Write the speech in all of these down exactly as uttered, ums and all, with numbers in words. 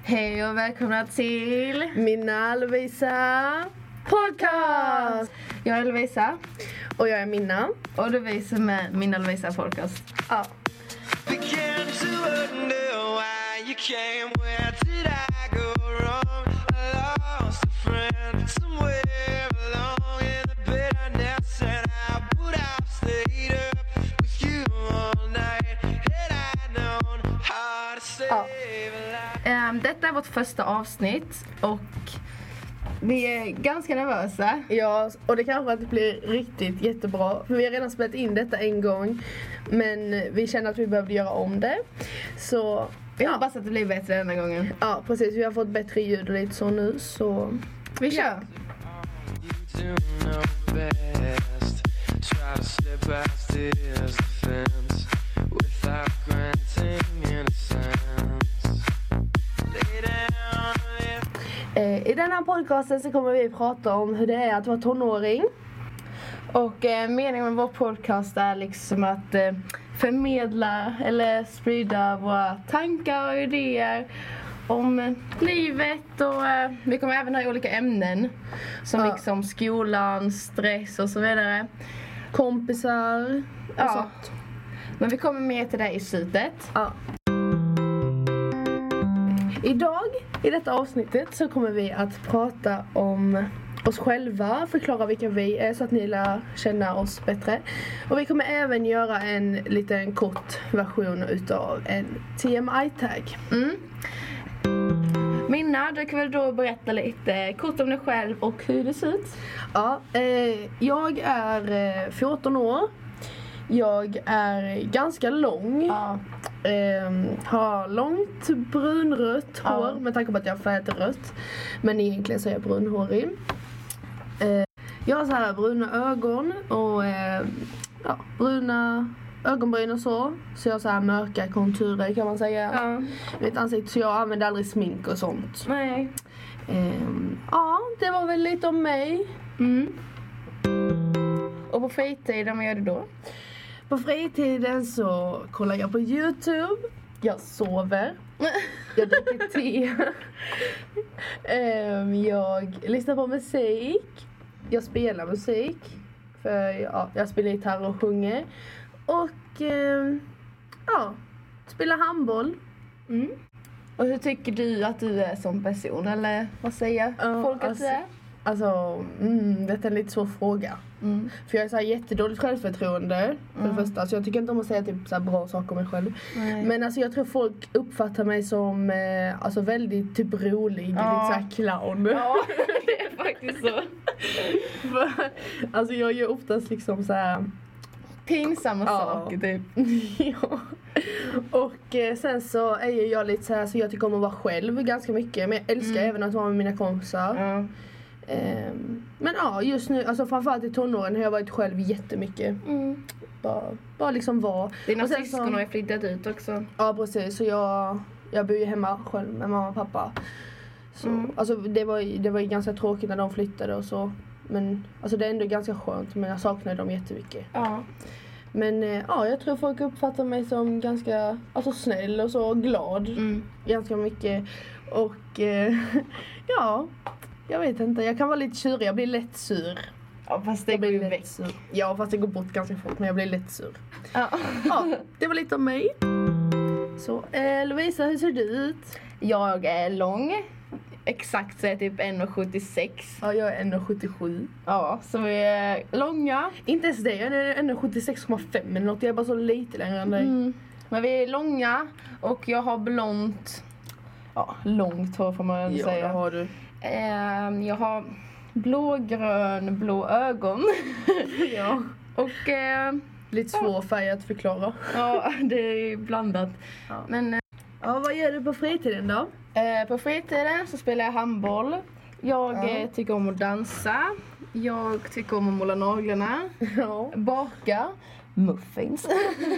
Hej och välkomna till Minna Lovisa podcast. Jag är Lovisa. Och jag är Minna. Och du visar med Minna Lovisa podcast. Ja. Ja. Um, detta är vårt första avsnitt och vi är ganska nervösa. Ja, och det kanske inte blir riktigt jättebra. För vi har redan spelat in detta en gång. Men vi känner att vi behövde göra om det. Så Vi ja. hoppas att det blir bättre denna gången. Ja, precis. Vi har fått bättre ljud och lite så nu. Så Vi kör. Ja. I denna podcasten så kommer vi prata om hur det är att vara tonåring. Och eh, meningen med vår podcast är liksom att eh, förmedla eller sprida våra tankar och idéer om eh, livet. Och eh, vi kommer även ha olika ämnen som Ja. liksom skolan, stress och så vidare. Kompisar och Ja. sånt. Men vi kommer mer till det i slutet. Ja. Idag, i detta avsnittet, så kommer vi att prata om oss själva, förklara vilka vi är så att ni lär känna oss bättre. Och vi kommer även göra en liten kort version utav en T M I-tag. Mm. Minna, du kan väl då berätta lite kort om dig själv och hur det ser ut? Ja, eh, jag är eh, fjorton år. Jag är ganska lång. Ja. Eh, har långt brunrött Ja. hår med tanke på att jag har färgat rött. Men egentligen så är jag brunhårig. Eh, jag har så här bruna ögon och eh, ja, bruna ögonbryn och så. Så jag har så här mörka konturer kan man säga. Ja. Mitt ansikte, så jag använder aldrig smink och sånt. Nej. Eh, ja, det var väl lite om mig. Mm. Och på fritiden, vad gör du då? På fritiden så kollar jag på YouTube. Jag sover. Jag dricker te. um, jag lyssnar på musik. Jag spelar musik. För ja, jag spelar gitarr och sjunger. Och um, ja, spelar handboll. Mm. Och hur tycker du att du är som person? Eller vad säger Ja, folk att alltså- du är? Alltså, mm, detta är en lite svår fråga. Mm. För jag är så här jättedåligt självförtroende för Mm. det första. Så jag tycker inte om att säga typ så här bra saker om mig själv. Nej. Men alltså jag tror folk uppfattar mig som eh, alltså väldigt typ rolig, Ja. lite såhär clown. Ja, det är faktiskt så. För, alltså jag gör oftast liksom så här. Pinsamma Ja. saker typ. Ja. Och eh, sen så är ju jag lite så här, så jag tycker om att vara själv ganska mycket. Men jag älskar Mm. även att vara med mina kompisar. Ja. Ehm, men ja, just nu, alltså framförallt i tonåren har jag varit själv jättemycket. Mm. Bara, bara liksom vara. Dina Och sen syskon så- har ju flyttat ut också. Ja, precis. Så jag, jag bor ju hemma själv med mamma och pappa. Så, Mm. alltså, det, var, ju- det var ju ganska tråkigt när de flyttade och så. Men alltså, det är ändå ganska skönt. Men jag saknar dem jättemycket. Ja. Men eh, ja, jag tror folk uppfattar mig som ganska alltså, snäll och så glad. Mm. Ganska mycket. Och eh, ja, jag vet inte. Jag kan vara lite tjurig. Jag blir lätt sur. Ja, fast det Jag går ju blir väck. lätt sur. Ja, fast det går bort ganska fort. Men jag blir lätt sur. Ja. Ja, det var lite om mig. Så eh, Lovisa, hur ser du ut? Jag är lång. Exakt så är jag typ ett sjuttiosex. Ja, jag är en sjuttiosju. Ja, så vi är långa. Inte ens det, jag är en sjuttiosex komma fem eller något. Jag är bara så lite längre än dig. Mm. Men vi är långa och jag har blont. Ja, långt hår får man Ja, säga. det har du. Ehm, jag har blågrön, blå ögon. Ja. Och ehm, Lite svår färg att förklara. ja, det är blandat. Ja. Men eh, Ja, vad gör du på fritiden då? eh, på fritiden så spelar jag handboll. Jag Ja. eh, tycker om att dansa. Jag tycker om att måla naglarna. Ja. Baka muffins.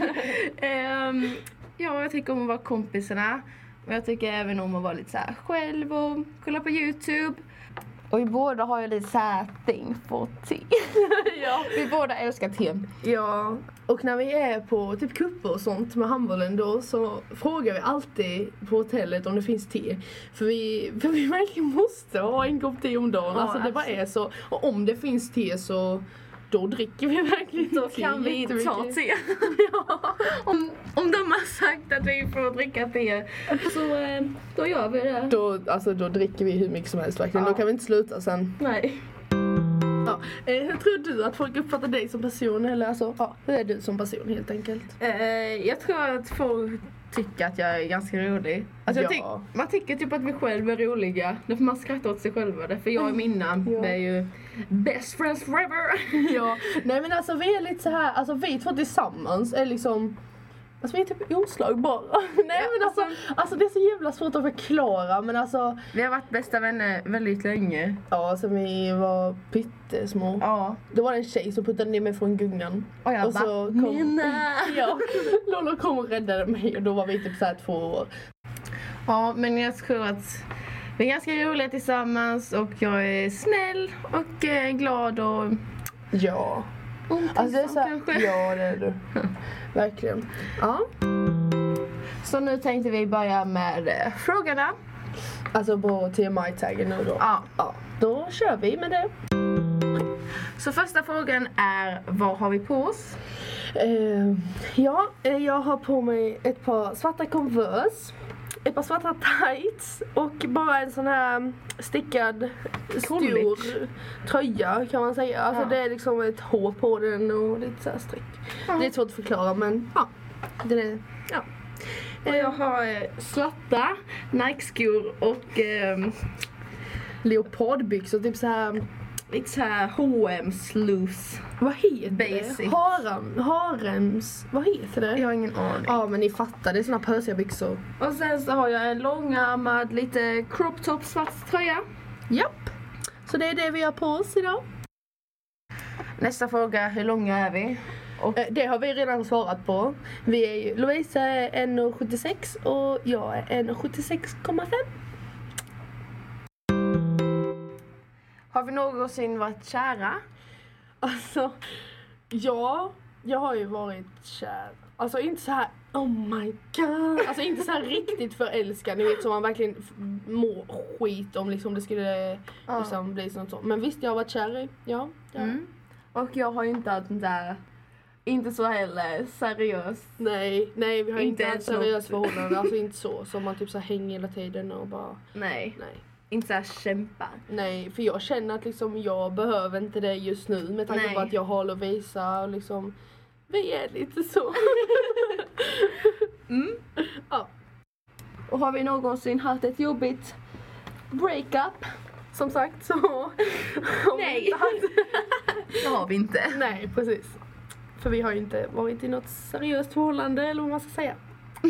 Ehm, ja, jag tycker om att vara kompisarna. Och jag tycker även om att vara lite så här själv och kolla på YouTube. Och vi båda har ju lite såhär thing for te. Ja. Vi båda älskar te. Ja, och när vi är på typ kupper och sånt med handbollen då så frågar vi alltid på hotellet om det finns te. För vi, för vi verkligen måste ha en kopp te om dagen. Ja, alltså det bara är så. Och om det finns te så då dricker vi verkligen Då te. kan vi ta te. Ja. Om, om de har sagt att vi får dricka te så eh, då gör vi det. Då, alltså, då dricker vi hur mycket som helst verkligen. Ja. Då kan vi inte sluta sen. Nej. Ja. Eh, hur tror du att folk uppfattar dig som person? Eller alltså, ja, hur är du som person helt enkelt? Eh, jag tror att folk tycker att jag är ganska rolig. Alltså jag Ja. tyck, man tycker typ att vi själva är roliga. Därför man skrattar åt sig själva. Därför jag och Minna, Ja. vi är ju best friends forever. Ja, nej men alltså vi är lite så här, alltså vi två tillsammans är liksom, alltså vi är typ oslagbara. Nej men alltså, alltså det är så jävla svårt att förklara men alltså. Vi har varit bästa vänner väldigt länge. Ja, sen vi var pyttesmå. Ja. Då var det en tjej som puttade ner mig från gungan. Och jag och bara, så kom, Minna! ja, Lolo kom och räddade mig och då var vi typ så här två år. Ja, men jag tror att vi är ganska roliga tillsammans och jag är snäll och eh, glad och Ja. omtänksam Alltså det är så här, kanske. ja det är du. Verkligen. Ja. Så nu tänkte vi börja med eh, frågorna. Alltså på T M I-taggen nu då. Ja. Ja. Då kör vi med det. Så första frågan är, vad har vi på oss? Uh, ja, eh, jag har på mig ett par svarta Converse, ett par svarta tights och bara en sån här stickad College. stor tröja kan man säga. Alltså Ja. det är liksom ett hår på den och lite så här streck. Ja. Det är svårt att förklara men ja, det är, ja. Och jag har eh, svarta Nike-skor och eh, Leopardbyxor, typ så här. lite så här H och M's loose. Vad heter Basic. det? Harem, harems, vad heter det? Jag har ingen aning. Ja men ni fattar, det är såna pösiga byxor. Och sen så har jag en långärmad, lite crop top svart tröja. Japp. Så det är det vi har på oss idag. Nästa fråga, hur långa är vi? Och Eh, Det har vi redan svarat på. Vi är ju, Lovisa är en komma sjuttiosex och jag är en komma sjuttiosex komma fem. har vi någonsin varit kära? Alltså, ja, jag har ju varit kär. Alltså inte så här, oh my god. Alltså inte så här riktigt förälskad. Ni vet som man verkligen f- mår skit om liksom det skulle Ja. liksom bli sånt så. Men visst, jag har varit kär i, ja. ja. Mm. Och jag har ju inte haft en där, inte så heller seriöst. Nej, nej vi har Inte inte haft ens seriöst något. förhållande. Alltså inte så, som man typ så här hänger hela tiden och bara, Nej, nej. inte så här kämpa. Nej, för jag känner att liksom jag behöver inte det just nu med tanke Nej. på att jag har Lovisa och liksom vi är lite så. Mm. Ja. Och har vi någonsin haft ett jobbigt breakup? Som sagt så. Nej. Det har vi inte. Nej, precis. För vi har ju inte varit i något seriöst förhållande eller vad man ska säga.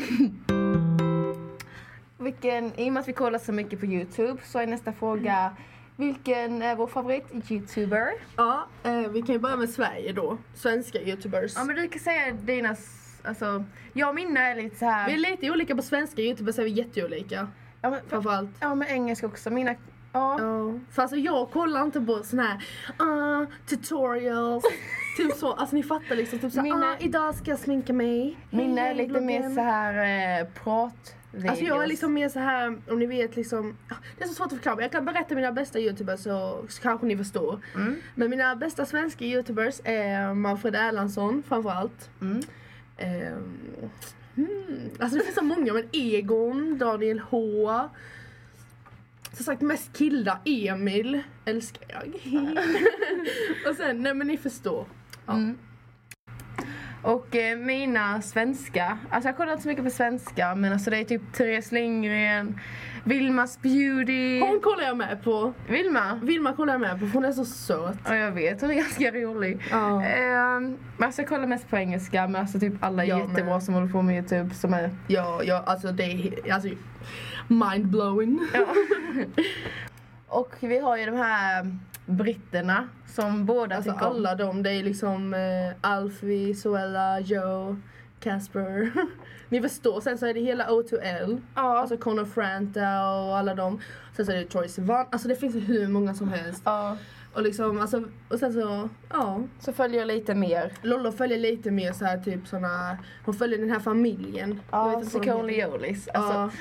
Vilken, i och med att vi kollar så mycket på YouTube så är nästa fråga, vilken är vår favorit YouTuber? Ja, eh, vi kan ju börja med Sverige då. Svenska YouTubers. Ja men du kan säga dina, s- alltså, jag och Minna är lite så här. Vi är lite olika på svenska YouTubers, är vi jätteolika. ja, men, Framförallt. ja men engelska också, mina, ja. Ja, för alltså jag kollar inte på sån här uh, tutorials, typ så, alltså ni fattar liksom, typ så Mina- ah, idag ska jag sminka mig. Mina är Hej, lite mer bloggen. så här eh, prat. Alltså jag är liksom mer så här, om ni vet liksom, ah, det är så svårt att förklara, men jag kan berätta mina bästa YouTubers så, så kanske ni förstår. Mm. Men mina bästa svenska YouTubers är Manfred Erlandsson framförallt. Mm. Ehm, hmm, alltså det finns så många, men Egon, Daniel H. Som sagt mest killar, Emil älskar jag. Och sen, nej men ni förstår. Ja. Mm. Och eh, mina svenska, alltså jag kollar inte så mycket på svenska, men alltså det är typ Therese Lindgren, Vilmas Beauty. Hon kollar jag med på. Vilma? Vilma kollar jag med på, för hon är så söt. Ja jag vet, hon är ganska rolig. Ja. Ehm, men alltså jag kollar mest på engelska, men alltså typ alla är Jag jättebra med. som håller på med YouTube som är... Ja, ja, alltså det är alltså, mind-blowing. Ja. Och vi har ju de här britterna som båda Alltså tycker om. alla de, det är liksom eh, Alfie, Zoella, Joe, Casper. ni förstår, sen så är det hela O två L. Ja. Alltså Conor Franta och alla dem. Sen så är det Troye Sivan. Alltså det finns hur många som helst. Ja. Och liksom, alltså, och sen så, ja. Så följer jag lite mer. Lollo följer lite mer så här typ såna, hon följer den här familjen. Jag Ja, vet inte vad de Sikoli heter. Olis. Alltså, Ja.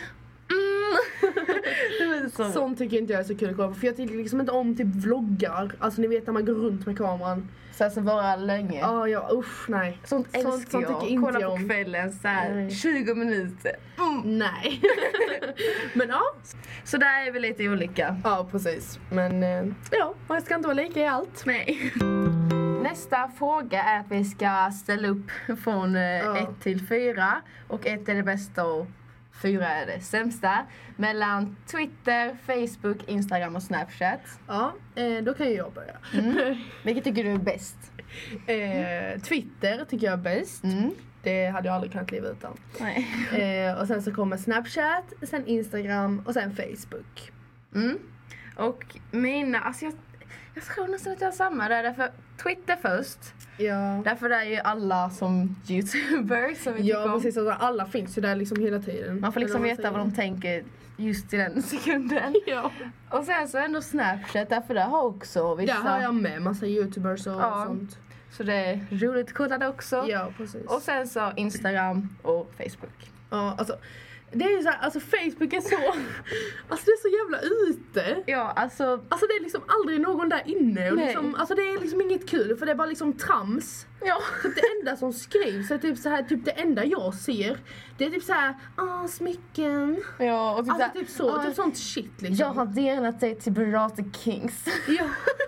mm. så. Sånt tycker inte jag är så kul att kolla på. För jag tycker liksom inte om typ vloggar. Alltså ni vet när man går runt med kameran. Så här som varar länge. Ja, ja, usch nej. Sånt älskar sånt, sånt jag. tycker inte Kolla jag på om. kvällen så här Nej. tjugo minuter. Mm. Nej. Men ja. Så där är vi lite olika. Ja, precis. Men eh, ja, man ska inte vara lika i allt. Nej. Nästa fråga är att vi ska ställa upp från ett Ja. till fyra. Och ett är det bästa och fyra är det sämsta. Mellan Twitter, Facebook, Instagram och Snapchat. Ja, eh, då kan ju jag börja. Mm. Vilket tycker du är bäst? Eh, Twitter tycker jag är bäst. Mm. Det hade jag aldrig kunnat leva utan. Nej. Eh, och sen så kommer Snapchat, sen Instagram och sen Facebook. Mm. Och mina, alltså jag, jag tror nästan att jag har samma där. Därför Twitter först. Ja, Därför är ju alla som YouTubers som vi ja tycker om. precis. Alltså, alla finns ju där liksom hela tiden. Man får liksom Eller veta vad de tänker just i den sekunden. Ja. Och sen så ändå Snapchat, därför där har också vissa. Där har jag med massa YouTubers och Ja. sånt. Så det är roligt att kolla det också. Ja, precis. Och sen så Instagram och Facebook. Ja, alltså, det är ju så här, alltså Facebook är så, alltså det är så jävla ute. Ja, alltså. Alltså det är liksom aldrig någon där inne och Nej. liksom, alltså det är liksom inget kul för det är bara liksom trams. Ja. Typ det enda som skrivs är typ så här, typ det enda jag ser, det är typ så här, ah smycken. Ja, och typ, Alltså såhär, typ så, "Ah, typ sånt shit liksom. jag har delat dig till Berate Kings. Ja.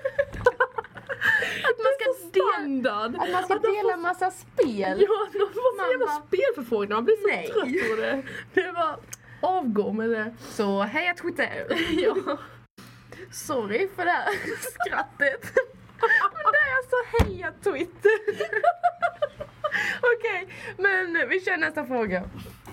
Att man ska dela, standard. att man ska Att de dela får- massa spel. Ja, de får så Man jävla bara, spelförfrågningar, man blir så nej. trött på det. Det är bara, avgå med det. Så heja Twitter. Ja. Sorry för det här skrattet. Men det är alltså heja Twitter. Okej, men vi kör nästa fråga.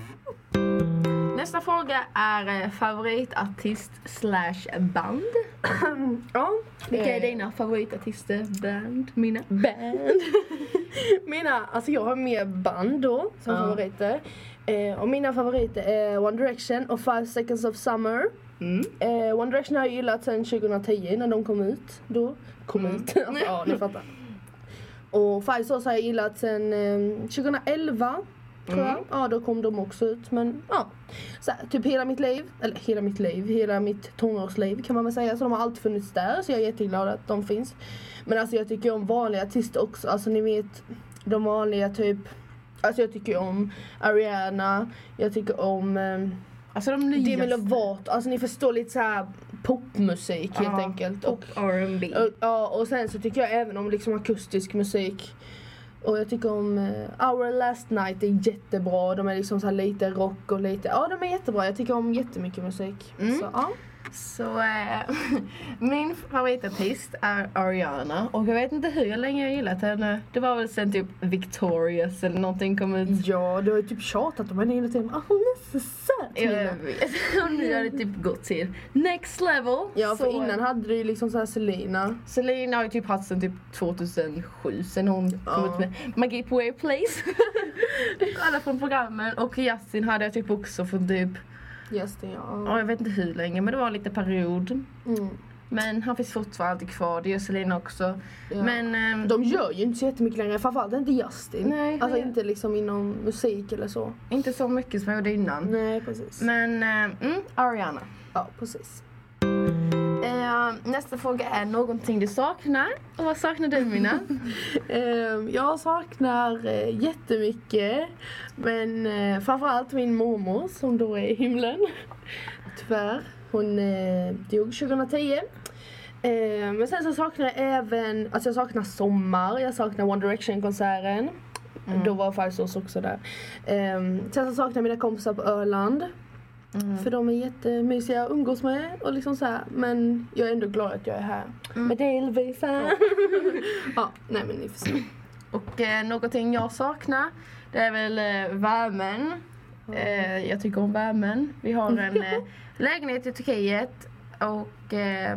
Nästa fråga är eh, favoritartist slash band. Ja. Vilka är Eh, dina favoritartister, band, mina? Band. Mina, alltså jag har mer band då som Ja. favoriter. Eh, och mina favoriter är One Direction och Five Seconds of Summer. Mm. Eh, One Direction har jag gillat sedan tjugohundratio när de kom ut. Då kom Mm. ut. Alltså, ja, ni fattar. Och Five Sauce har jag gillat sedan eh, tjugohundraelva. Tror jag. Mm. Ja, då kom de också ut. Men ja, så här, typ hela mitt liv, eller hela mitt liv, hela mitt tonårsliv kan man väl säga. Så de har alltid funnits där, så jag är jätteglad att de finns. Men alltså jag tycker om vanliga artister också. Alltså ni vet, de vanliga typ, alltså jag tycker om Ariana, jag tycker om eh, Alltså de Demi nyaste. Lovato. Alltså ni förstår lite så här popmusik helt Ja, enkelt. Pop Och, R and B. och, ja, och sen så tycker jag även om liksom akustisk musik. Och jag tycker om uh, Our Last Night är jättebra. De är liksom så här lite rock och lite, ja de är jättebra. Jag tycker om jättemycket musik. Mm. Så ja. Så äh, min favoritartist är Ariana. Och jag vet inte hur länge jag gillat henne. Det var väl sen typ Victorious eller någonting kom ut. Ja, du har ju typ tjatat om henne hela tiden. Ah, hon är så söt. Jag Milla. vet. Och nu har det typ gått till next level. Ja, för Så, innan hade du ju liksom så här Selena. Selena har ju typ haft sen typ tjugohundrasju, sen hon kom Ja. ut med Magi på Airplace. Alla från programmen. Och Justin hade jag typ också från typ, Justin, ja. ja, jag vet inte hur länge, men det var lite period. Mm. Men han finns fortfarande kvar, det gör Selena också. Ja. Men ehm, De gör ju inte så jättemycket längre, framförallt inte Justin. Nej, alltså nej. inte liksom inom musik eller så. inte så mycket som jag gjorde innan. Nej, precis. Men ehm, mm, Ariana. Ja, precis. Ehm, nästa fråga är någonting du saknar. Och vad saknar du, Mina? Ehm, jag saknar uh, jättemycket. Men uh, framförallt min mormor som då är i himlen. Tyvärr. Hon uh, dog tjugohundratio. Ehm, men sen så saknar jag även, alltså jag saknar sommar. Jag saknar One Direction-konserten. Mm. Då var Five Sauce också där. Ehm, sen så saknar jag mina kompisar på Öland. Mm. För de är jättemysiga att umgås med och liksom så här. Men jag är ändå glad att jag är här Mm. med dig, Elvisa. Ja, nej men ni förstår. Och eh, någonting jag saknar, det är väl eh, värmen. Eh, jag tycker om värmen. Vi har en eh, lägenhet i Turkiet och eh,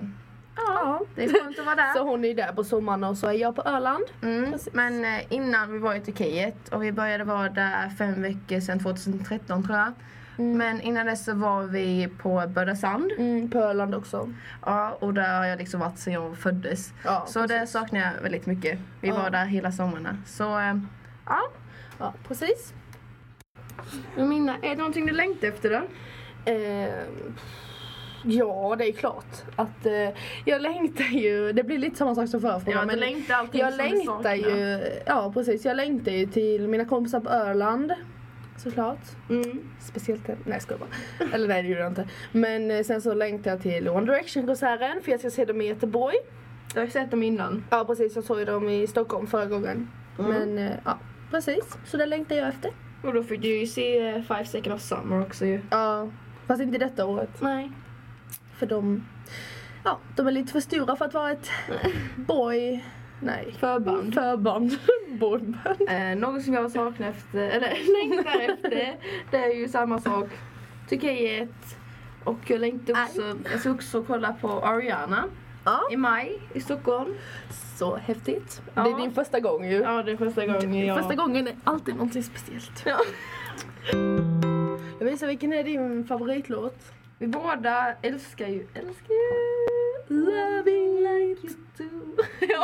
Ja, det är skönt att vara där. Så hon är där på sommaren och så är jag på Öland. Mm, men eh, innan vi var i Turkiet och vi började vara där fem veckor sedan tjugohundratretton tror jag. Mm. Men innan dess så var vi på Bördasand. Mm, på Öland också. Ja, och där har jag liksom varit sedan jag föddes. Ja, så precis. Det saknar jag väldigt mycket. Vi ja. var där hela sommarna. Så eh, ja. Ja, precis. Men Minna, är det någonting du längtar efter då? Eh, ja, det är klart att eh, jag längtar ju, det blir lite samma sak som förra. Ja, men längtar allting jag som längtar ju, ja precis, jag längtar ju till mina kompisar på Öland. Såklart. Mm. Speciellt, nej jag skojar bara. Eller nej det gjorde jag inte. Men eh, sen så längtar jag till One Direction-konserten för jag ska se dem i Göteborg. Du har ju sett dem innan. Ja precis, jag såg ju dem i Stockholm förra gången. Mm. Men eh, ja, precis. Så det längtar jag efter. Och då fick du ju se uh, Five Seconds of Summer också ju. Ja, fast inte detta året. Nej. För de, ja, de är lite för stora för att vara ett boy... Nej. Förband. Förband. Boyband. Eh, något som jag saknar efter, eller längtar efter, det är ju samma sak. Turkiet. Och jag längtar också, jag ska också kolla på Ariana. Ja. I maj i Stockholm. Så häftigt. Ja. Det är din första gång ju. Ja, det är första gången jag... Första gången är alltid någonting speciellt. Ja. Jag visar vilken är din favoritlåt? Vi båda älskar ju, älskar ju Loving Like You Do. Ja.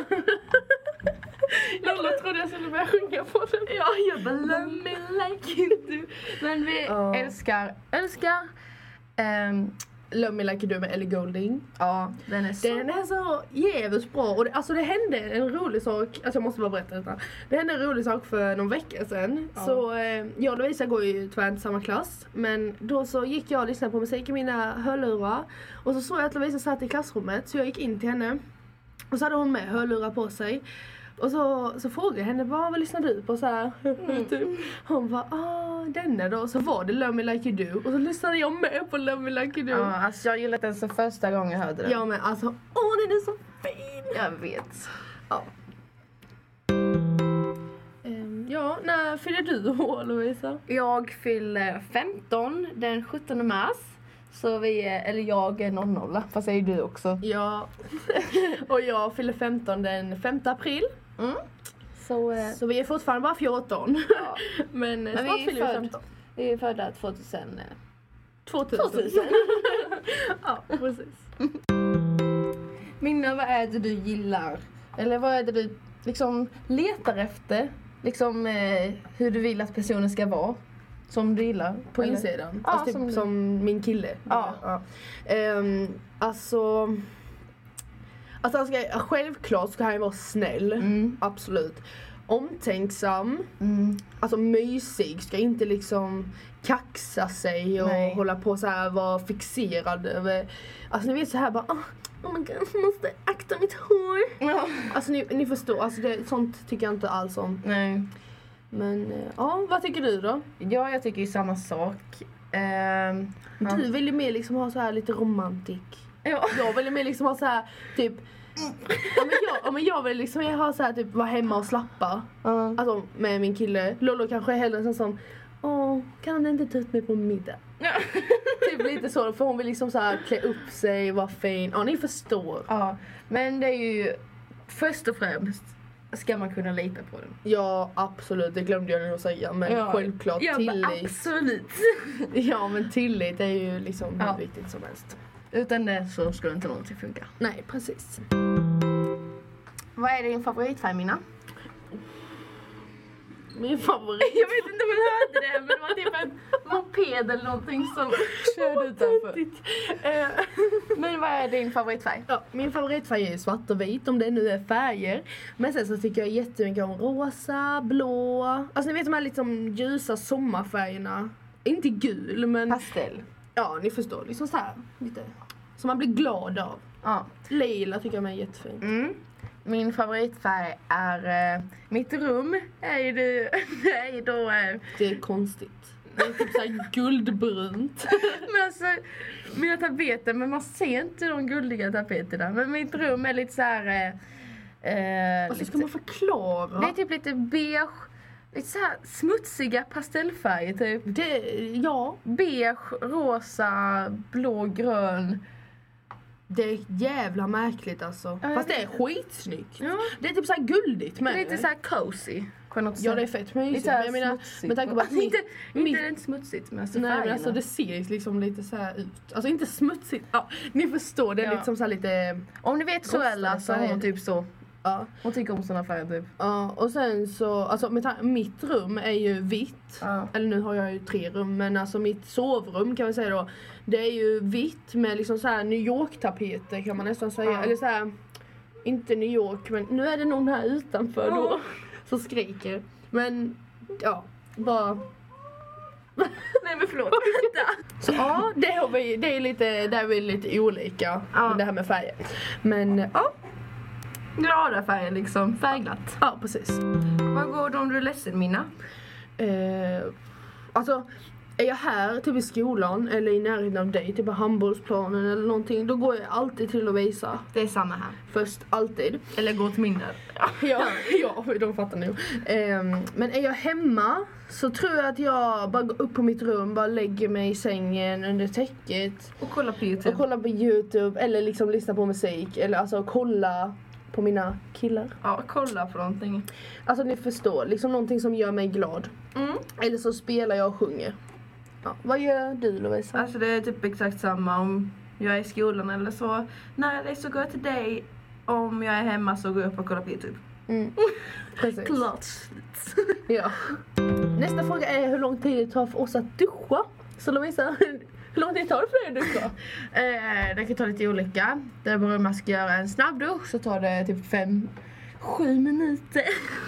Lolla trodde jag skulle börja sjunga på den. Ja, jag bara Love Me Like You Do. Men vi oh. älskar, älskar um, Love Me Like You Do med Ellie Goulding. Ja, den är så Den är så jävligt bra. Och det, alltså det hände en rolig sak. Alltså jag måste bara berätta detta. Det hände en rolig sak för någon vecka sedan. Ja. Så eh, jag och Lovisa går ju tyvärr inte samma klass. Men då så gick jag och lyssnade på musik i mina hörlurar. Och så såg jag att Lovisa satt i klassrummet. Så jag gick in till henne. Och så hade hon med hörlurar på sig. Och så, så frågade jag henne, vad, vad lyssnar du på så här? Mm. Typ. Hon bara, ah, denna då. Så var det Love Me Like You Do. Och så lyssnade jag med på Love Me Like You Do. Ja, alltså jag gillade den så första gången jag hörde den. Ja men alltså, åh den är så fin. Jag vet. Ja. Um, ja, när fyller du år Lovisa? Jag fyller femton den sjuttonde mars. Så vi är, eller jag är noll noll, fast är ju du också. Ja. Och jag fyller femton den femte april. Mm. Så, eh, så vi är fortfarande bara fjorton. Ja. Men, Men snart fyller vi femton. Vi är födda tvåtusen. tvåtusen. tvåtusen. Ja, precis. Minna, vad är det du gillar? Eller vad är det du liksom letar efter? Liksom eh, hur du vill att personen ska vara. Som du gillar. På eller? insidan? Ja, alltså typ som, som min kille. Ja. ja. Um, alltså... Alltså han ska, självklart ska han ju vara snäll. Mm. Absolut. Omtänksam. Mm. Alltså mysig. Ska inte liksom kaxa sig och Nej. hålla på så här, vara fixerad över... Alltså ni vet så här bara... Oh, oh my god, jag måste akta mitt hår. Ja. Alltså ni, ni förstår, alltså det, sånt tycker jag inte alls om. Nej. Men ja, vad tycker du då? Ja, jag tycker ju samma sak. Um, Du vill ju mer liksom ha så här lite romantik. Ja. Jag vill ju mer liksom ha så här typ... Ja, men jag, ja, men jag vill liksom jag ha så här typ vara hemma och slappa. Uh. Alltså med min kille. Lolo kanske är hellre en sån som... Åh, kan han inte ta ut mig på middag? Ja. Typ lite så, för hon vill liksom så här klä upp sig, vara fin. Ja, ni förstår. Ja, men det är ju först och främst ska man kunna lita på den. Ja, absolut. Det glömde jag nog att säga. Men ja. självklart ja, tillit. Absolut. Ja, men tillit är ju liksom ja. hur viktigt som helst. Utan det så skulle inte någonting funka. Nej, precis. Vad är din favoritfärg, Minna? Min favorit. Jag vet inte om du hörde det, men det var typ en moped eller någonting som körde utanför. Men vad är din favoritfärg? Ja, min favoritfärg är svart och vit, om det nu är färger. Men sen så tycker jag jättemycket om rosa, blå. Alltså ni vet de här liksom ljusa sommarfärgerna. Inte gul, men... Pastell. Ja, ni förstår. Liksom så här, lite. Som man blir glad av. Ja. Lila tycker jag är jättefint. Mm. Min favoritfärg är äh, mitt rum. Är ju det, är ju då... Äh, det är konstigt. Det är typ såhär guldbrunt. Men alltså, mina tapeter, men man ser inte de guldiga tapeterna. Men mitt rum är lite så här. Äh, Vad ska man förklara? Det är typ lite beige, lite så här smutsiga pastellfärger typ. Det, ja. Beige, rosa, blå, grön. Det är jävla märkligt alltså. Ja, Fast det är skitsnyggt. Ja. Det är typ så här guldigt med Det är lite såhär cozy på något sätt. Ja, det är fett mysigt. Lite såhär Jag menar, smutsigt. med tanke på att mitt, inte, mitt, inte rent smutsigt, men alltså nej, men färgerna. alltså det ser liksom lite så här ut. Alltså inte smutsigt. Ja, ni förstår, det är Ja. liksom så här lite... Om ni vet Zoella så har hon typ så. Ja. Hon tycker om såna färger typ. Ja, och sen så, alltså med ta- mitt rum är ju vitt. Ja. Eller nu har jag ju tre rum, men alltså mitt sovrum kan man säga då. Det är ju vitt med liksom så här New York-tapeter kan man nästan säga. Ja. Eller så här, inte New York, men nu är det någon här utanför Ja. då. Som skriker. Men, ja, bara... Nej men förlåt. Så ja, det, har vi, det är lite, där är vi lite olika. Ja. Med det här med färger. Men, ja. Glada färger liksom, färgglatt. Ja, precis. Vad går det om du är ledsen, Minna? Eh, alltså, är jag här typ i skolan eller i närheten av dig, typ på handbollsplanen eller någonting, då går jag alltid till att visa. Det är samma här. Först, alltid. Eller gå till mindre. Ja, ja, de fattar nog. Eh, men är jag hemma så tror jag att jag bara går upp på mitt rum, bara lägger mig i sängen under täcket. Och kolla på YouTube. Och kollar på YouTube eller liksom lyssna på musik. Eller alltså kolla på mina killar. Ja, kolla på någonting. Alltså ni förstår, liksom någonting som gör mig glad. Mm. Eller så spelar jag och sjunger. Ja, vad gör du, Lovisa? Alltså det är typ exakt samma om jag är i skolan eller så. När det är så går jag till dig. Om jag är hemma så går jag upp och kollar på YouTube. Mm. Precis. Klart. Ja. Nästa fråga är hur lång tid det tar för oss att duscha. Så Lovisa, hur lång tid tar det för dig att duscha? Eh, det kan ta lite olika. Det beror om man ska göra en snabbdusch så tar det typ fem, sju minuter.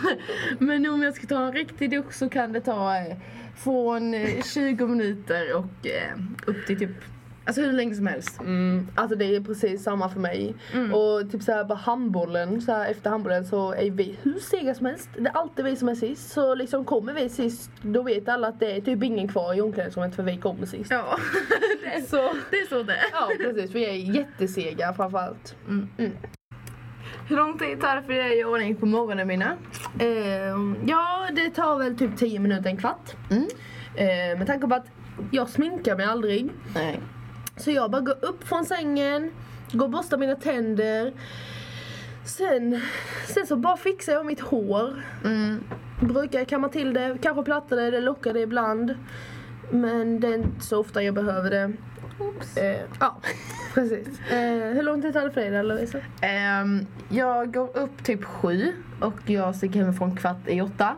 Men om jag ska ta en riktig dusch så kan det ta eh, från eh, tjugo minuter och eh, upp till typ, alltså hur länge som helst. Mm, alltså det är precis samma för mig. Mm. Och typ såhär på handbollen, såhär efter handbollen så är vi hur sega som helst. Det är alltid vi som är sist. Så liksom kommer vi sist, då vet alla att det är typ ingen kvar i omklädningsrummet för vi kommer sist. Ja, det, är, Så, det är så det är. ja precis, vi är jättesega framförallt. Mm. Mm. Hur lång tid tar det för dig i ordning på morgonen, Minna? Ehm, ja, det tar väl typ tio minuter, en kvart. Mm. Ehm, med tanke på att jag sminkar mig aldrig. Nej. Så jag bara går upp från sängen, går och borstar mina tänder. Sen, sen så bara fixar jag mitt hår. Mm. Brukar kamma till det, kanske plattar det, det lockar det ibland. Men det är inte så ofta jag behöver det. Oops. Eh, ja, precis. Eh, hur lång tid tar det för dig där, Lovisa? Um, jag går upp typ sju och jag sticker hemifrån kvart i åtta.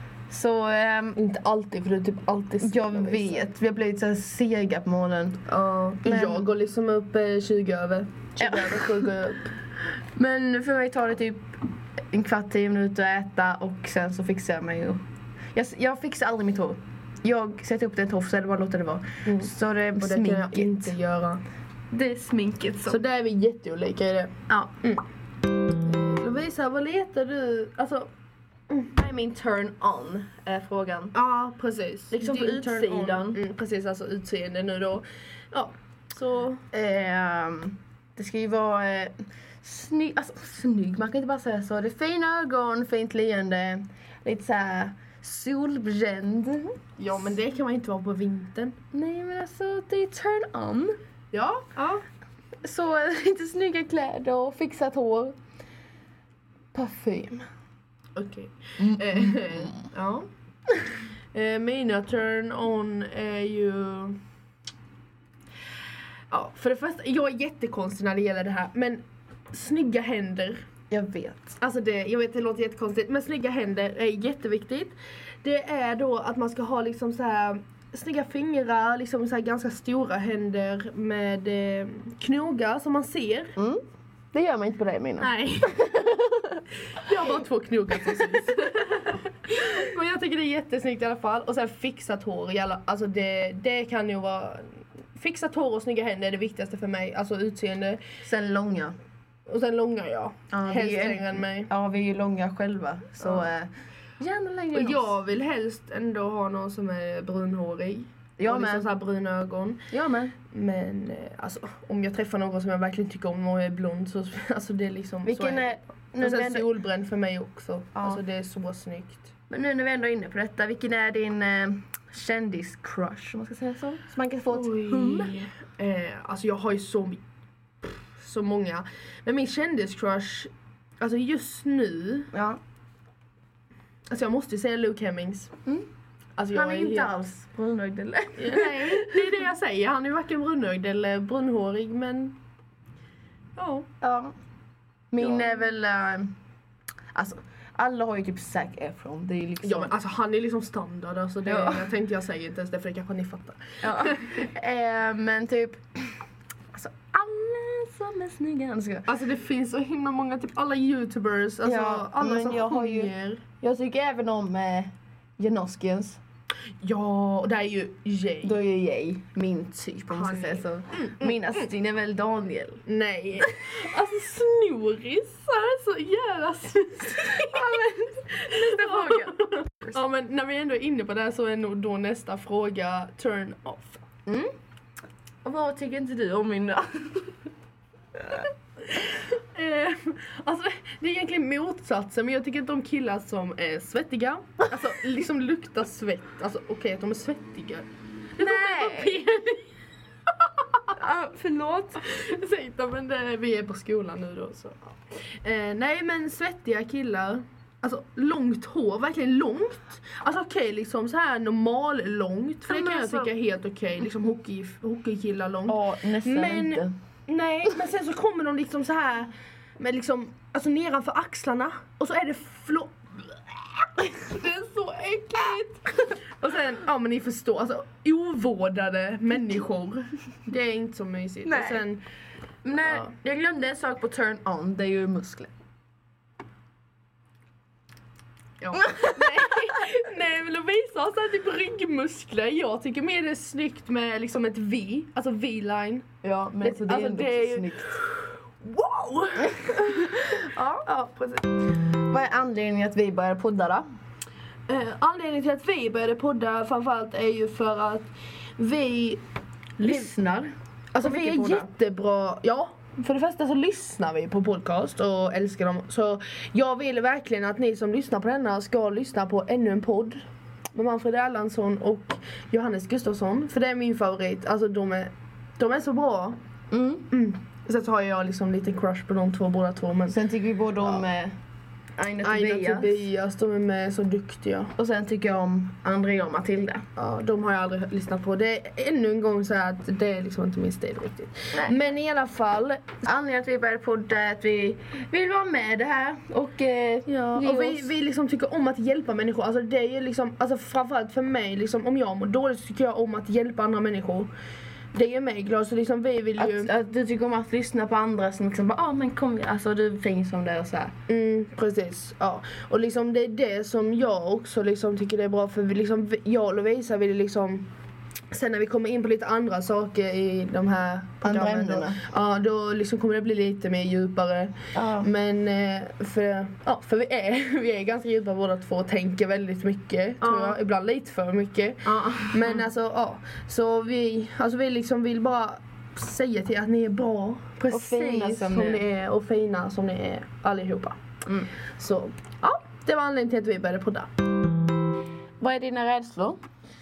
Så um, Inte alltid, för du är typ alltid sen, jag Lovisa. vet, vi har blivit så här sega på morgonen. Ja, Men- jag går liksom upp eh, tjugo över. tjugo Ja. över sju går jag upp. Men för mig tar det typ en kvart, tio minuter att äta och sen så fixar jag mig. Och jag, jag fixar aldrig mitt hår. Jag sätter upp det i en tofs eller bara låter det vara. Mm. Så det är Och det kan jag sminket. inte göra. Det är sminket som... Så där är vi jätteolika i det. ja. Lovisa, vad letar du? Alltså, Det är min turn on, är frågan. ja precis. Liksom på Din turn utsidan. on. Mm, precis, alltså utseende nu då. Ja, så... Ehm, det ska ju vara eh, snygg, alltså snygg, man kan inte bara säga så. Det är fina ögon, fint leende, lite såhär solbränd. Ja, men det kan man inte vara på vintern. Nej men alltså, det är turn on. Ja, ja. Så eh, lite snygga kläder och fixat hår. Parfym. Okej. Mm. Eh, ja. Eh, mina turn on är ju... Ja, för det första, jag är jättekonstig när det gäller det här, men snygga händer. Jag vet. Alltså det, jag vet det låter jättekonstigt, men snygga händer är jätteviktigt. Det är då att man ska ha liksom så här snygga fingrar, liksom så här ganska stora händer med eh, knogar som man ser. Mm. Det gör man inte på dig, Minna. Nej. Jag har bara två knogar som syns. Men jag tycker det är jättesnyggt i alla fall. Och sen fixat hår i alla, alltså det, det kan ju vara... Fixat hår och snygga händer är det viktigaste för mig. Alltså utseende. Sen långa. Och sen långa, ja. Ja, vi Helst är- längre än mig. Ja, vi är ju långa själva. Så Ja. eh, gärna längre Och än oss. jag vill helst ändå ha någon som är brunhårig. Jag och liksom med. så här bruna ögon. Jag med. Men eh, alltså, om jag träffar någon som jag verkligen tycker om och är blond så alltså det är liksom Vilken så är... Nu Och när vi sen ändå, solbränd för mig också. Ja. Alltså det är så snyggt. men nu när vi ändå är inne på detta, vilken är din eh, kändis-crush, om man ska säga så? Så man kan få ett hum. Eh, alltså jag har ju så my- så många. Men min kändiscrush, alltså just nu, Ja. alltså jag måste ju säga Luke Hemmings. Mm. Alltså jag Han är inte helt- alls brunögd eller? Nej, det är det jag säger. Han är varken brunögd eller brunhårig, men ja. Ja. Min Ja. är väl, äh, alltså alla har ju typ Zac Efron. Det är ju liksom. Ja men alltså han är liksom standard, alltså det, Ja. jag tänkte jag säger inte ens det för det kanske ni fattar. Ja. eh, men typ, alltså alla som är snygga. Jag ska- Alltså det finns så himla många, typ alla youtubers, alltså Ja, alla men som jag har ju- sjunger. Jag tycker även om eh, Janoskians. Ja, och det är ju Jay. Då är ju Jay min typ om man ska Han säga är- så. Min assistin är väl Daniel. Nej. Alltså snorisar, så jävla snuskigt. Nästa fråga. Ja men när vi ändå är inne på det här så är nog då nästa fråga turn off. Mm. Och vad tycker inte du om min då? Eh, alltså det är egentligen motsatsen, men jag tycker inte om killar som är svettiga. Alltså liksom luktar svett. Alltså okej okay, att de är svettiga. Nej! Ja, förlåt. Säg inte, men det, vi är på skolan nu då så. Eh, nej men svettiga killar. Alltså långt hår, verkligen långt. Alltså okej okay, liksom så här normal långt. För Ja, det men kan jag alltså- tycka är helt okej. Okay, liksom hockey, hockeykillar långt. Ja, nästan Men- inte. Nej, men sen så kommer de liksom så här med liksom, alltså nedanför axlarna och så är det flå... Det är så äckligt! Och sen, ja men ni förstår, alltså ovårdade människor. Det är inte så mysigt. Nej. Och sen, Nej, Ja. jag glömde en sak på turn on, det är ju muskler. ja. nej, nej men de visar så här typ ryggmuskler. Jag tycker mer det är snyggt med liksom ett V, alltså V-line. Ja, men Det- alltså, det är alltså, ändå det är ju- snyggt. Wow! Ja. Ja, precis. Vad är anledningen att vi började podda då? Eh, anledningen till att vi började podda framförallt är ju för att vi, Lyssnar. alltså Och vi mycket är podda. jättebra, ja. För det första så lyssnar vi på podcast och älskar dem. Så jag vill verkligen att ni som lyssnar på denna ska lyssna på ännu en podd med Manfred Erlandsson och Johannes Gustafsson. För det är min favorit, alltså de är, de är så bra. Mm. Mm. Sen så har jag liksom lite crush på de två båda två. Men Sen tycker vi både om Ja. eh, Aina Aina Tobias. Tobias, de är med så duktiga. Och sen tycker jag om Andrea och Matilda. Ja, de har jag aldrig lyssnat på. Det är ännu en gång så här att det är liksom inte min stil riktigt. Nej. Men i alla fall. Anledningen att vi började podda är att vi vill vara med det här och eh, Ja, ge och vi, oss- vi liksom tycker om att hjälpa människor. Alltså det är ju liksom, alltså framförallt för mig, liksom, om jag mår dåligt så tycker jag om att hjälpa andra människor. Det gör mig glad, så liksom vi vill ju... Att, att du tycker om att lyssna på andra som liksom bara, ah, men kom, alltså du är fin som det är och så här. Mm, precis, ja. Och liksom det är det som jag också liksom tycker det är bra, för vi liksom, jag och Lovisa vill liksom... Sen när vi kommer in på lite andra saker i de här Andra programmen, då, ämnena. ja, då liksom kommer det bli lite mer djupare. Ja. Men eh, för, ja, för vi är, vi är ganska djupa båda två och tänker väldigt mycket, tror Ja. jag. Ibland lite för mycket. Ja. Men alltså, ja. Så vi, alltså vi liksom vill bara säga till att ni är bra. Precis fina som, som ni ni är. Och fina som ni är allihopa. Mm. Så, ja. Det var anledningen till att vi började podda. Vad är dina rädslor?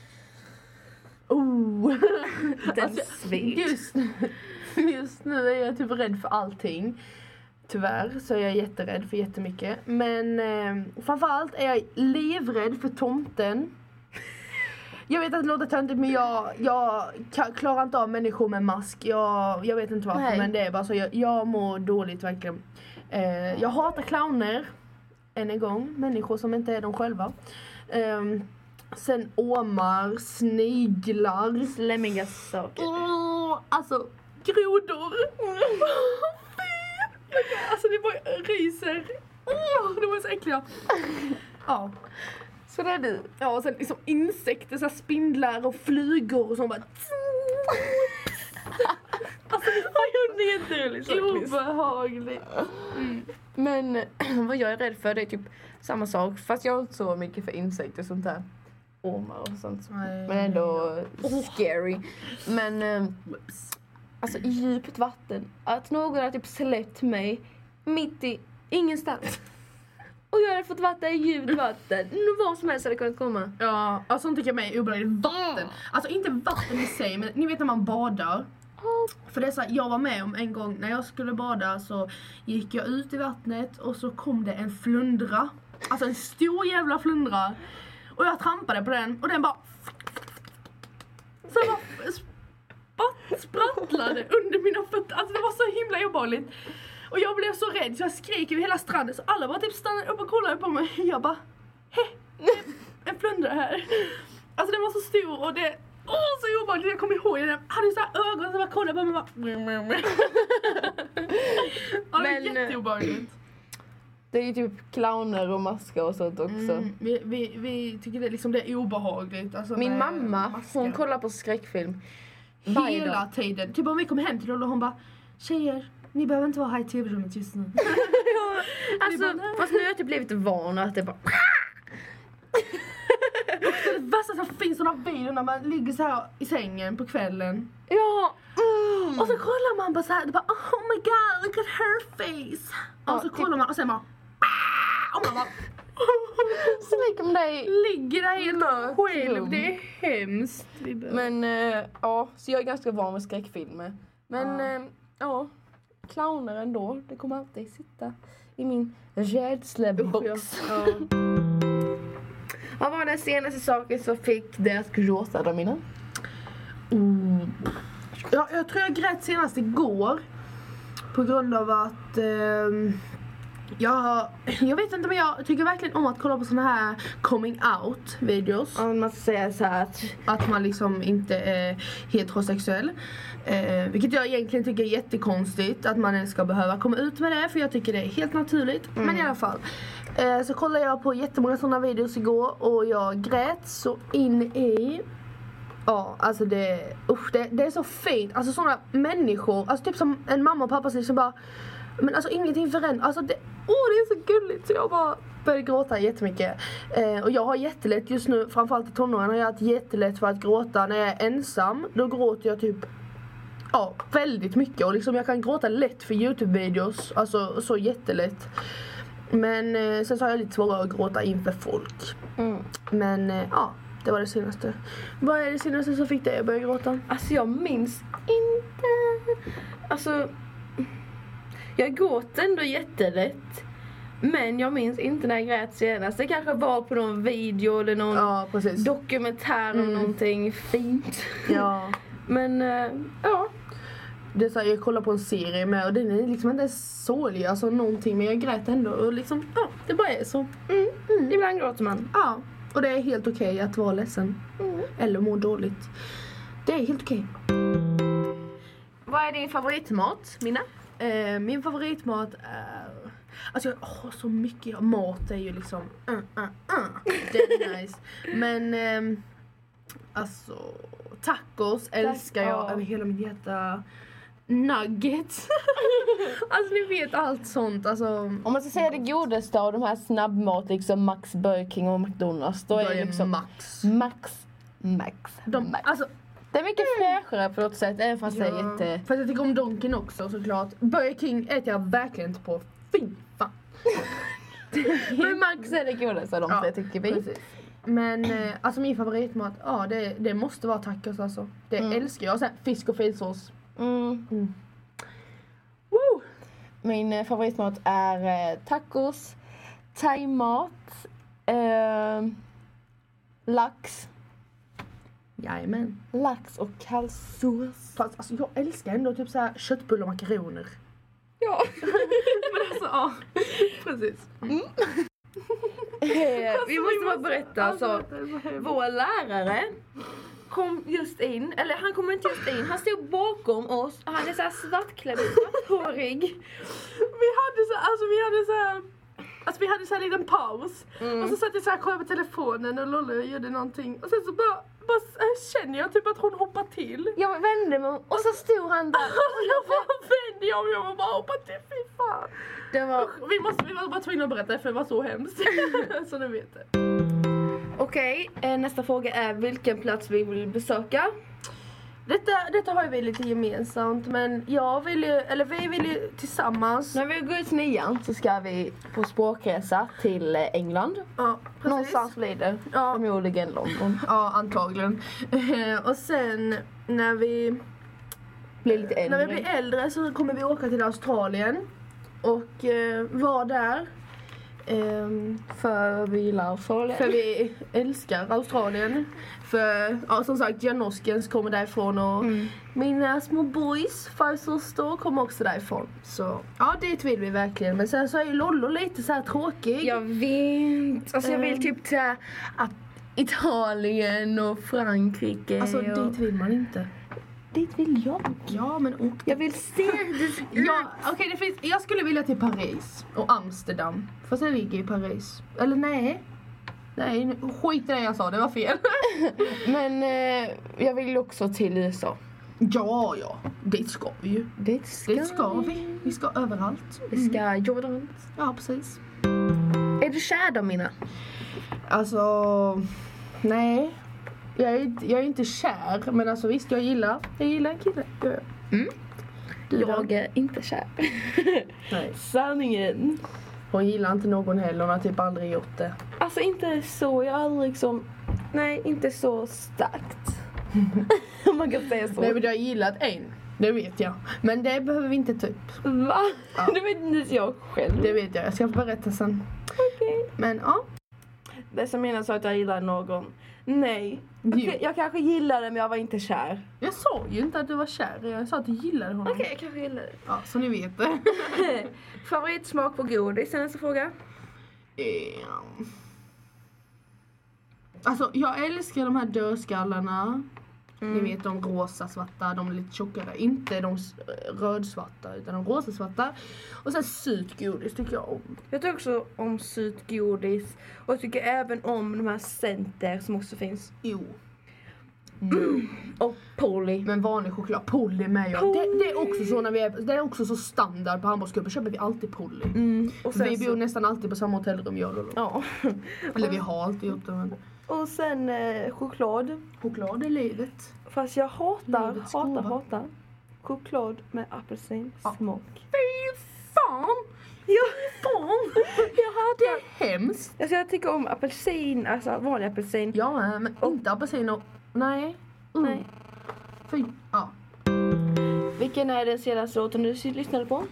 Oh. Den Alltså, svek. just, just nu är jag typ rädd för allting. Tyvärr så är jag jätterädd för jättemycket. Men eh, framförallt är jag livrädd för tomten. Jag vet att det låter töntigt, men jag, jag ka- klarar inte av människor med mask. Jag, jag vet inte varför, Nej. men det är bara så. Jag, jag mår dåligt verkligen. Eh, jag hatar clowner. Än en gång. Människor som inte är de själva. Ehm, sen ormar, sniglar. Slemmiga saker. Åh, alltså grodor. Alltså det bara ryser. Åh, de är så äckliga. Ja. Så det är du. Ja, och sen liksom insekter, så här spindlar och flugor och så bara. Alltså det Jag gjorde jätteroligt är obehagligt. Men vad jag är rädd för det är typ samma sak. Fast jag är inte så mycket för insekter och sånt där. Ormar och sånt. Nej. Men ändå scary. Men eh, alltså i djupt vatten. Att någon har typ släppt mig mitt i ingenstans. Och jag hade fått vatten i djupt vatten. Vad som helst hade kunnat komma. Ja, alltså sånt tycker jag mig är obehagligt. Vatten. Alltså inte vatten i sig, men ni vet när man badar. För det är så här, jag var med om en gång när jag skulle bada så gick jag ut i vattnet och så kom det en flundra. Alltså en stor jävla flundra. Och jag trampade på den och den bara... Så jag bara spatt, sprattlade under mina fötter. Alltså det var så himla obehagligt. Och jag blev så rädd så jag skrek över hela stranden så alla bara typ stannade upp och kollade på mig. Jag bara, hej, en flundra här. Alltså den var så stor och det... Åh, oh, så obehagligt, jag kommer ihåg det. Jag hade så här ögon som bara kollade på mig och bara... Ja, det var jätteobehagligt. Det är ju typ clowner och masker och sånt också. Mm, vi, vi, vi tycker det, liksom, det är obehagligt. Alltså, min mamma, masker. Hon kollar på skräckfilm. Hela tiden. Typ om vi kommer hem till Lola och hon bara, tjejer, ni behöver inte vara här i tv-rummet just nu. Ja, alltså, bara, fast nu har jag typ blivit van att det bara... Det värsta som finns sådana videor när man ligger så här i sängen på kvällen. Ja. Mm. Och så kollar man bara så här, det bara, oh my god, look at her face. Ja, och så kollar man och sen bara, och man bara, så ligger man där ligger där helt själv. Det är hemskt. Men äh, ja, så jag är ganska van med skräckfilmer. Men ja, äh, ja clowner ändå, det kommer alltid sitta i min rädslebox. Ja. Vad var den senaste saken som fick dig att gråta då, Mina? Mm. Ja, jag tror jag grät senast igår. På grund av att eh, jag, jag vet inte men jag tycker verkligen om att kolla på såna här coming out videos. Ja, man ska säga så här att... Att man liksom inte är heterosexuell. Eh, vilket jag egentligen tycker är jättekonstigt. Att man ens ska behöva komma ut med det. För jag tycker det är helt naturligt. Mm. Men i alla fall. Eh, så kollade jag på jättemånga sådana videos igår. Och jag grät så in i... Ja, alltså det, usch, det, det är så fint. Alltså sådana människor. Alltså typ som en mamma och pappa som liksom bara... Men alltså ingenting förändras. Alltså det, åh, det är så gulligt. Så jag bara började gråta jättemycket. Eh, och jag har jättelätt just nu, framförallt i tonåren har jag haft jättelätt för att gråta. När jag är ensam, då gråter jag typ... Ja, väldigt mycket. Och liksom jag kan gråta lätt för YouTube-videos. Alltså så jättelätt. Men eh, sen så har jag lite svårare att gråta inför folk. Mm. Men eh, ja, det var det senaste. Vad är det senaste som fick dig att börja gråta? Alltså jag minns inte. Alltså... Jag gråter ändå jättelätt. Men jag minns inte när jag grät senast. Det kanske var på någon video eller någon ja, dokumentär om mm. någonting fint. Ja. Men äh, ja. Det är så här, jag kollar på en serie med och den är liksom inte sorglig, alltså någonting, men jag grät ändå och liksom, ja, det bara är så. Mm. Mm. Ibland gråter man. Ja, och det är helt okej okay att vara ledsen. Mm. Eller må dåligt. Det är helt okej. Okay. Vad är din favoritmat, Mina? Eh, min favoritmat är... Alltså jag har så mycket. Mat är ju liksom... Uh, uh, uh. Det är nice. Men... Eh, alltså... Tacos älskar jag över hela mitt hjärta. Nuggets. Alltså ni vet allt sånt. Alltså, om man ska säga det godaste av de här snabbmat, liksom Max, Burger King och McDonalds, då, då är det liksom Max. Max. Max. De, Max. Alltså, det är mycket fräschare på något sätt, även fast ja, det är jätte... Fast jag tycker om Donken också såklart. Burger King äter jag verkligen inte på. Fy fan. Men Max är det godaste av de tre, ja, tycker vi. Precis. Men eh, alltså min favoritmat, ja det, det måste vara tacos alltså. Det mm. älskar jag. Och sen fisk och filsås. Mm. Mm. Woo! Min eh, favoritmat är eh, tacos, thaimat, eh, lax. Jajamän. Lax och kallsås. Fast alltså jag älskar ändå typ så här köttbullar och makaroner. Ja. Men alltså ja, precis. Mm. eh, vi måste bara berätta alltså, vår lärare kom just in, eller han kom inte just in, han stod bakom oss och han är så här svartklädd, svarthårig. Vi hade så alltså vi hade så här, alltså vi hade så här en liten paus. Mm. Och så satt jag så här och kollade på telefonen och Lolle gjorde någonting och sen så bara Bara, känner jag typ att hon hoppar till. Jag vände mig och så stod han där. Och jag bara vände jag och jag var bara hoppar till, fy fan. Det var... Vi måste vi var bara tvungna att berätta för det var så hemskt. Så nu vet det. Okej, okay, nästa fråga är vilken plats vi vill besöka. Detta, detta har vi lite gemensamt, men jag vill ju, eller vi vill ju tillsammans. När vi går ut nian så ska vi på språkresa till England. Ja, precis. Någonstans blir det, ja. Förmodligen London. Ja, antagligen. Och sen när vi blir lite äldre. När vi blir äldre så kommer vi åka till Australien och eh, vara där. Um, för vi gillar Australien. För vi älskar Australien. För ja, som sagt, Janoskens kommer därifrån och mm. mina små boys, farsoster, kommer också därifrån. Så ja, det vill vi verkligen. Men sen så är ju Lollo lite så här tråkig. Jag vet. Alltså jag vill typ till att Italien och Frankrike. Alltså och... dit vill man inte. Dit vill jag. Ja, men åk. Jag vill se det. Ja, okej, okay, det finns. Jag skulle vilja till Paris och Amsterdam. Fast det ligger i Paris. Eller nej. Nej, skit i det jag sa, det var fel. Men eh, jag vill också till U S A. Ja, ja. Dit ska vi ju. Dit ska, Dit ska vi. Vi ska överallt. Vi ska mm. Jordan. Ja, precis. Är du kär då, Mina? Alltså, nej. Jag är, inte, jag är inte kär, men alltså visst, jag gillar, jag gillar en kille. Mm. Jag är inte kär. Nej. Sanningen. Hon gillar inte någon heller, hon har typ aldrig gjort det. Alltså inte så, jag har aldrig liksom, nej, inte så starkt. Om man kan säga så. Nej, men jag har gillat en, det vet jag. Men det behöver vi inte ta upp. Va? Ja. Det vet inte jag själv. Det vet jag, jag ska berätta sen. Okej. Okay. Men ja. Det som menar så att jag gillar någon. Nej. Jag, jag kanske gillade men jag var inte kär. Jag sa ju inte att du var kär. Jag sa att du gillade honom. Okej, okay, jag kanske gillade. Ja, så ni vet det. Favoritsmak på godis, nästa fråga. Um. Alltså, jag älskar de här dödskallarna. Mm. Ni vet de rosa svarta, de är lite tjockare. Inte de rödsvarta utan de rosa svarta. Och sen surt godis tycker jag om. Jag tycker också om surt godis. Och jag tycker även om de här center som också finns. Jo. Mm. Och Polly. Men vanlig choklad, Polly med jag. Det, det är också så när vi är, det är också så standard på hamburgerklubben, köper vi alltid Polly. Mm. Och sen vi så... bor nästan alltid på samma hotellrum, jag och ja. Eller vi har alltid gjort det. Men... Och sen eh, choklad. Choklad är livet. Fast jag hatar, Livets hatar, gåva. hatar choklad med apelsinsmak. Ja. Fy fan! Ja, fan! Jag hatar. Det är hemskt. Alltså jag tycker om apelsin, alltså vanlig apelsin. Ja, men och... inte apelsin och... Nej. Mm. Nej. Fy. Ja. Vilken är den senaste låten du lyssnade på?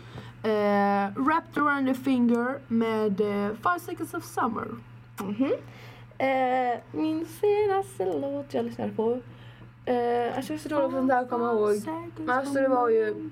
Uh, Wrapped Around Your Finger med uh, Five Seconds of Summer. Mhm. Uh, min senaste låt jag lyssnade på. Uh, alltså jag är så dålig på sånt där, kommer ihåg. Men alltså det var ju...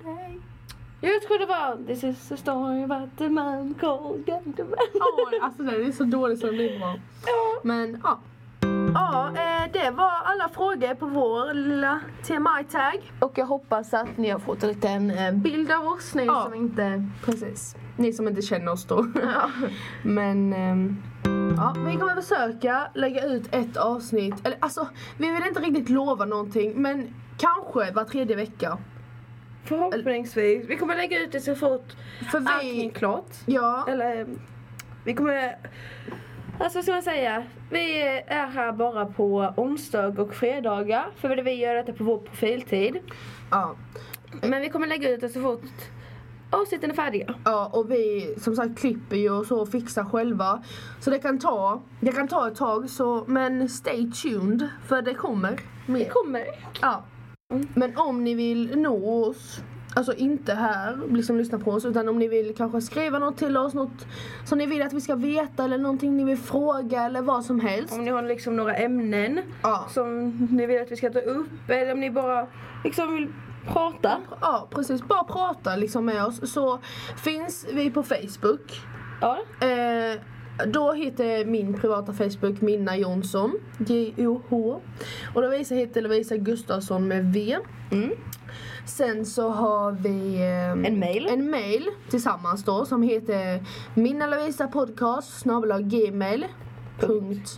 Jag tror det var This is the story about the man called Gentleman. Oh, alltså det är så dåligt som det blir bra. Ja. Men ja. Ja, eh, det var alla frågor på vår lilla T M I-tag. Och jag hoppas att ni har fått en liten eh, bild av oss, ni ja. som inte... Precis. Ni som inte känner oss då. Ja. Men... Eh, ja, vi kommer försöka lägga ut ett avsnitt. Eller alltså, vi vill inte riktigt lova någonting. Men kanske var tredje vecka. Förhoppningsvis. Vi kommer lägga ut det så fort för vi... allting är klart. Ja. Eller, vi kommer... Alltså vad ska man säga? Vi är här bara på onsdag och fredagar. För vi gör detta på vår profiltid. Ja. Men vi kommer lägga ut det så fort avsnitten är färdiga. Ja, och vi som sagt klipper ju och så och fixar själva. Så det kan ta, det kan ta ett tag. Så, men stay tuned, för det kommer mer. Det kommer. Ja. Mm. Men om ni vill nå oss, alltså inte här, liksom lyssna på oss, utan om ni vill kanske skriva något till oss, något som ni vill att vi ska veta eller någonting ni vill fråga eller vad som helst. Om ni har liksom några ämnen ja. som ni vill att vi ska ta upp, eller om ni bara liksom vill prata. Ja, precis. Bara prata liksom med oss. Så finns vi på Facebook. Ja. Eh, då heter min privata Facebook Minna Jonsson, J O H. Och Lovisa heter Lovisa Gustafsson med V. Mm. Sen så har vi eh, en mail. En mail tillsammans då som heter minnalovisa.podcast snabel-a gmail punkt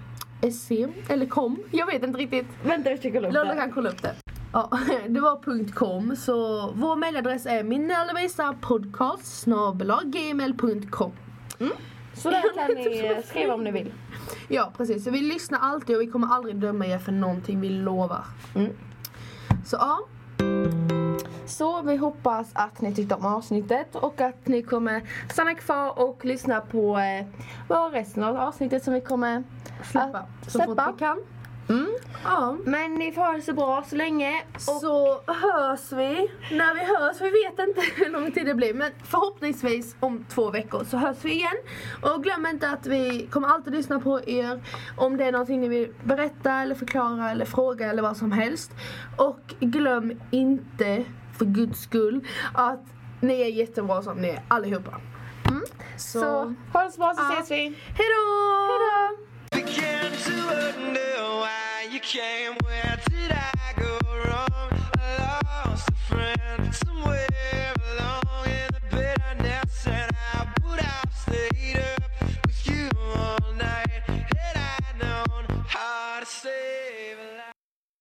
se eller kom. Jag vet inte riktigt. Vänta, vi ska kolla upp det. Lolla kan kolla upp det. Ja, det var .com, så vår mailadress är minnalovisa.podcast snabel-a gmail punkt com. Mm. Så där kan ni skriva om ni vill. Ja, precis. Så vi lyssnar alltid och vi kommer aldrig döma er för någonting, vi lovar. Mm. Så ja. Så vi hoppas att ni tyckte om avsnittet och att ni kommer stanna kvar och lyssna på eh, vad resten av avsnittet som vi kommer släppa. Äh, så släppa. fort vi kan. Mm. Ja. Men ni får ha det så bra så länge. Och Så hörs vi när vi hörs. Vi vet inte hur lång tid det blir. Men förhoppningsvis om två veckor så hörs vi igen. Och glöm inte att vi kommer alltid lyssna på er. Om det är någonting ni vill berätta eller förklara eller fråga eller vad som helst. Och glöm inte för guds skull att ni är jättebra som ni är allihopa. Mm. Så, så ha det så bra så ja. ses vi. Hejdå! Hejdå! Began to wonder why you came with